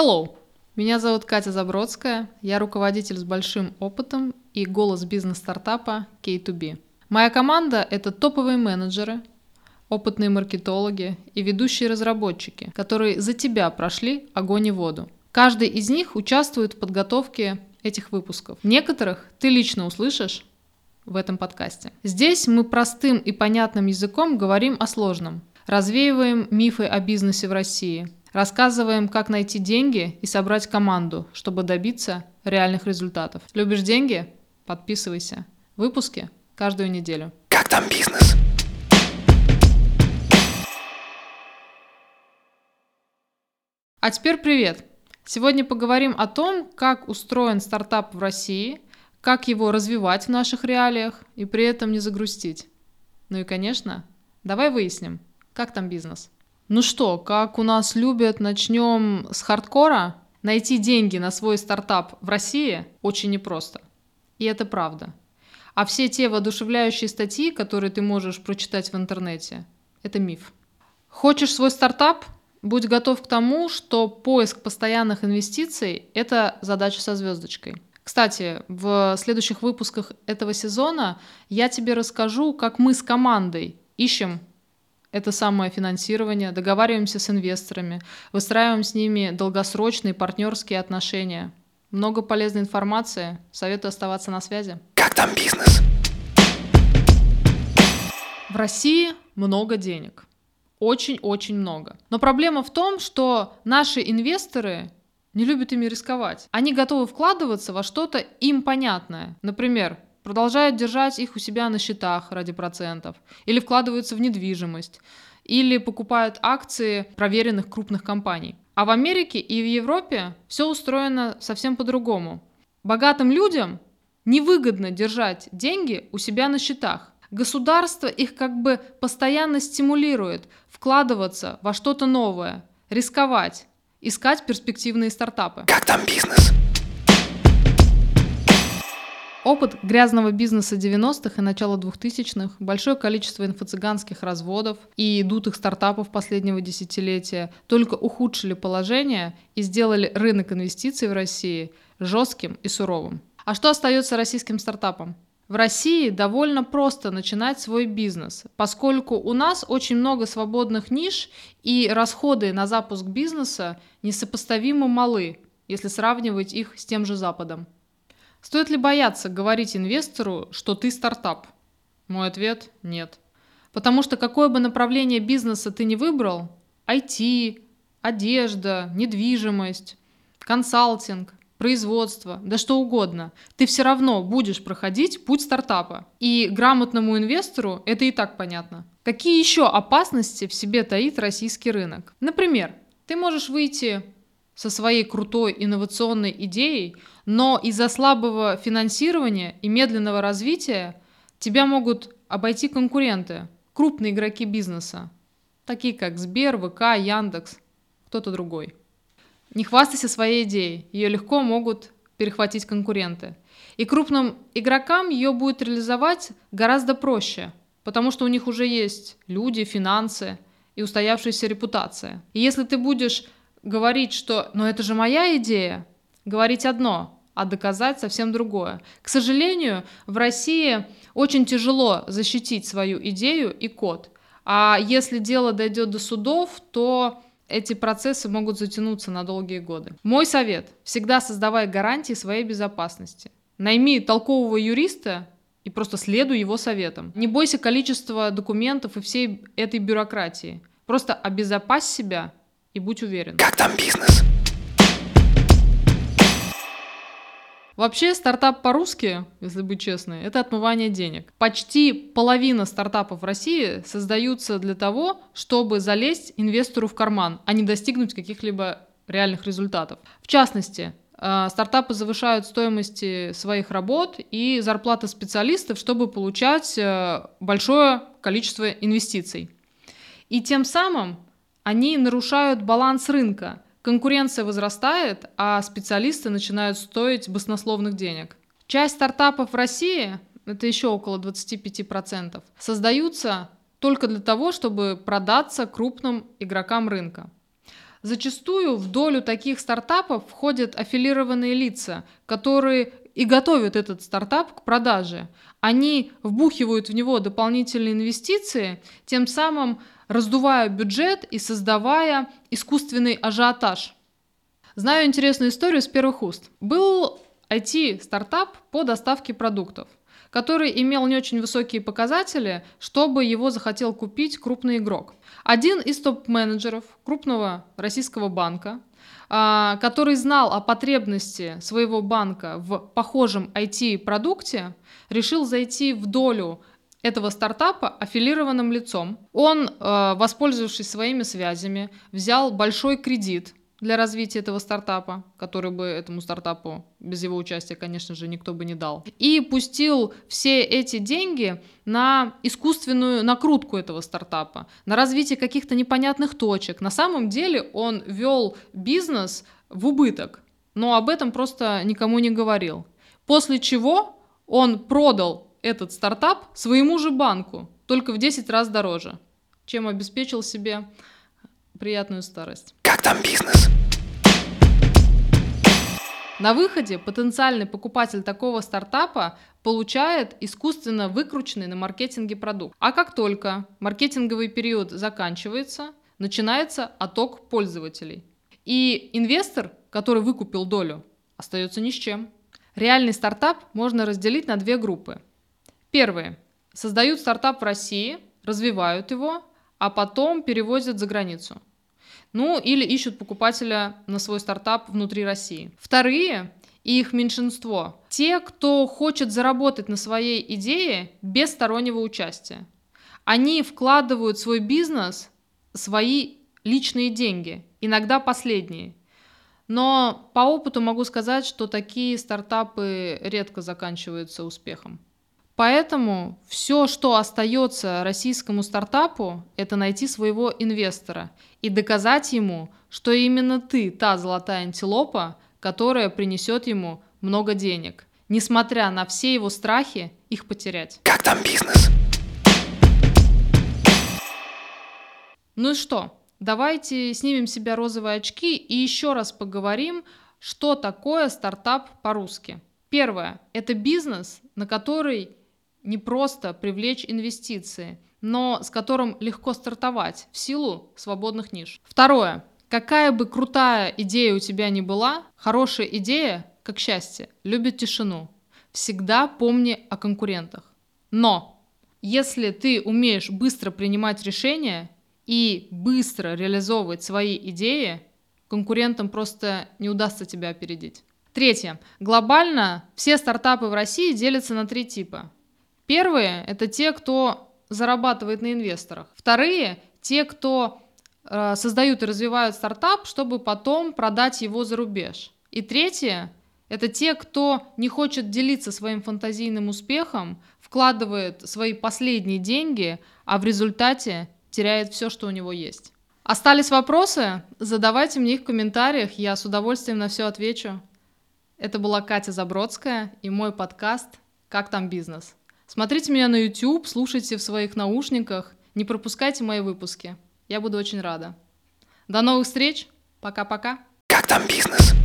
Hello! Меня зовут Катя Забродская, я руководитель с большим опытом и голос бизнес-стартапа K2B. Моя команда — это топовые менеджеры, опытные маркетологи и ведущие разработчики, которые за тебя прошли огонь и воду. Каждый из них участвует в подготовке этих выпусков. Некоторых ты лично услышишь в этом подкасте. Здесь мы простым и понятным языком говорим о сложном, развеиваем мифы о бизнесе в России, рассказываем, как найти деньги и собрать команду, чтобы добиться реальных результатов. Любишь деньги? Подписывайся. Выпуски каждую неделю. Как там бизнес? А теперь привет! Сегодня поговорим о том, как устроен стартап в России, как его развивать в наших реалиях и при этом не загрустить. Ну и, конечно, давай выясним, как там бизнес. Ну что, как у нас любят, начнем с хардкора. Найти деньги на свой стартап в России очень непросто. И это правда. А все те воодушевляющие статьи, которые ты можешь прочитать в интернете, это миф. Хочешь свой стартап? Будь готов к тому, что поиск постоянных инвестиций – это задача со звездочкой. Кстати, в следующих выпусках этого сезона я тебе расскажу, как мы с командой ищем это самое финансирование, договариваемся с инвесторами, выстраиваем с ними долгосрочные партнерские отношения. Много полезной информации. Советую оставаться на связи. Как там бизнес? В России много денег. Очень-очень много. Но проблема в том, что наши инвесторы не любят ими рисковать. Они готовы вкладываться во что-то им понятное. Например, продолжают держать их у себя на счетах ради процентов, или вкладываются в недвижимость, или покупают акции проверенных крупных компаний. А в Америке и в Европе все устроено совсем по-другому. Богатым людям невыгодно держать деньги у себя на счетах. Государство их как бы постоянно стимулирует вкладываться во что-то новое, рисковать, искать перспективные стартапы. Как там бизнес? Опыт грязного бизнеса 90-х и начала 2000-х, большое количество инфо-цыганских разводов и дутых стартапов последнего десятилетия только ухудшили положение и сделали рынок инвестиций в России жестким и суровым. А что остается российским стартапам? В России довольно просто начинать свой бизнес, поскольку у нас очень много свободных ниш и расходы на запуск бизнеса несопоставимо малы, если сравнивать их с тем же Западом. Стоит ли бояться говорить инвестору, что ты стартап? Мой ответ – нет. Потому что какое бы направление бизнеса ты ни выбрал – IT, одежда, недвижимость, консалтинг, производство, да что угодно, ты все равно будешь проходить путь стартапа. И грамотному инвестору это и так понятно. Какие еще опасности в себе таит российский рынок? Например, ты можешь выйти со своей крутой инновационной идеей, но из-за слабого финансирования и медленного развития тебя могут обойти конкуренты, крупные игроки бизнеса, такие как Сбер, ВК, Яндекс, кто-то другой. Не хвастайся своей идеей, ее легко могут перехватить конкуренты. И крупным игрокам ее будет реализовать гораздо проще, потому что у них уже есть люди, финансы и устоявшаяся репутация. И если ты будешь говорить, что «но это же моя идея», говорить одно, а доказать совсем другое. К сожалению, в России очень тяжело защитить свою идею и код. А если дело дойдет до судов, то эти процессы могут затянуться на долгие годы. Мой совет – всегда создавай гарантии своей безопасности. Найми толкового юриста и просто следуй его советам. Не бойся количества документов и всей этой бюрократии. Просто обезопась себя и будь уверен. Как там бизнес? Вообще, стартап по-русски, если быть честной, это отмывание денег. Почти половина стартапов в России создаются для того, чтобы залезть инвестору в карман, а не достигнуть каких-либо реальных результатов. В частности, стартапы завышают стоимости своих работ и зарплаты специалистов, чтобы получать большое количество инвестиций. И тем самым они нарушают баланс рынка. Конкуренция возрастает, а специалисты начинают стоить баснословных денег. Часть стартапов в России, это еще около 25%, создаются только для того, чтобы продаться крупным игрокам рынка. Зачастую в долю таких стартапов входят аффилированные лица, которые и готовят этот стартап к продаже. Они вбухивают в него дополнительные инвестиции, тем самым раздувая бюджет и создавая искусственный ажиотаж. Знаю интересную историю с первых уст. Был IT-стартап по доставке продуктов, который имел не очень высокие показатели, чтобы его захотел купить крупный игрок. Один из топ-менеджеров крупного российского банка, который знал о потребности своего банка в похожем IT-продукте, решил зайти в долю этого стартапа аффилированным лицом. Он, воспользовавшись своими связями, взял большой кредит для развития этого стартапа, который бы этому стартапу без его участия, конечно же, никто бы не дал. И пустил все эти деньги на искусственную накрутку этого стартапа, на развитие каких-то непонятных точек. На самом деле он вел бизнес в убыток, но об этом просто никому не говорил. После чего он продал этот стартап своему же банку, только в 10 раз дороже, чем обеспечил себе приятную старость. Как там бизнес? На выходе потенциальный покупатель такого стартапа получает искусственно выкрученный на маркетинге продукт. А как только маркетинговый период заканчивается, начинается отток пользователей. И инвестор, который выкупил долю, остается ни с чем. Реальный стартап можно разделить на две группы. Первые создают стартап в России, развивают его, а потом перевозят за границу. Или ищут покупателя на свой стартап внутри России. Вторые, и их меньшинство, те, кто хочет заработать на своей идее без стороннего участия. Они вкладывают в свой бизнес свои личные деньги, иногда последние. Но по опыту могу сказать, что такие стартапы редко заканчиваются успехом. Поэтому все, что остается российскому стартапу, это найти своего инвестора и доказать ему, что именно ты та золотая антилопа, которая принесет ему много денег, несмотря на все его страхи их потерять. Как там бизнес? Ну и что? Давайте снимем с себя розовые очки и еще раз поговорим, что такое стартап по-русски. Первое – это бизнес, на который не просто привлечь инвестиции, но с которым легко стартовать в силу свободных ниш. Второе. Какая бы крутая идея у тебя ни была, хорошая идея, как счастье, любит тишину. Всегда помни о конкурентах. Но если ты умеешь быстро принимать решения и быстро реализовывать свои идеи, конкурентам просто не удастся тебя опередить. Третье. Глобально все стартапы в России делятся на 3 типа. Первые – это те, кто зарабатывает на инвесторах. Вторые – те, кто создают и развивают стартап, чтобы потом продать его за рубеж. И третье – это те, кто не хочет делиться своим фантазийным успехом, вкладывает свои последние деньги, а в результате теряет все, что у него есть. Остались вопросы? Задавайте мне их в комментариях, я с удовольствием на все отвечу. Это была Катя Забродская и мой подкаст «Как там бизнес?». Смотрите меня на YouTube, слушайте в своих наушниках, не пропускайте мои выпуски. Я буду очень рада. До новых встреч. Пока-пока. Как там бизнес?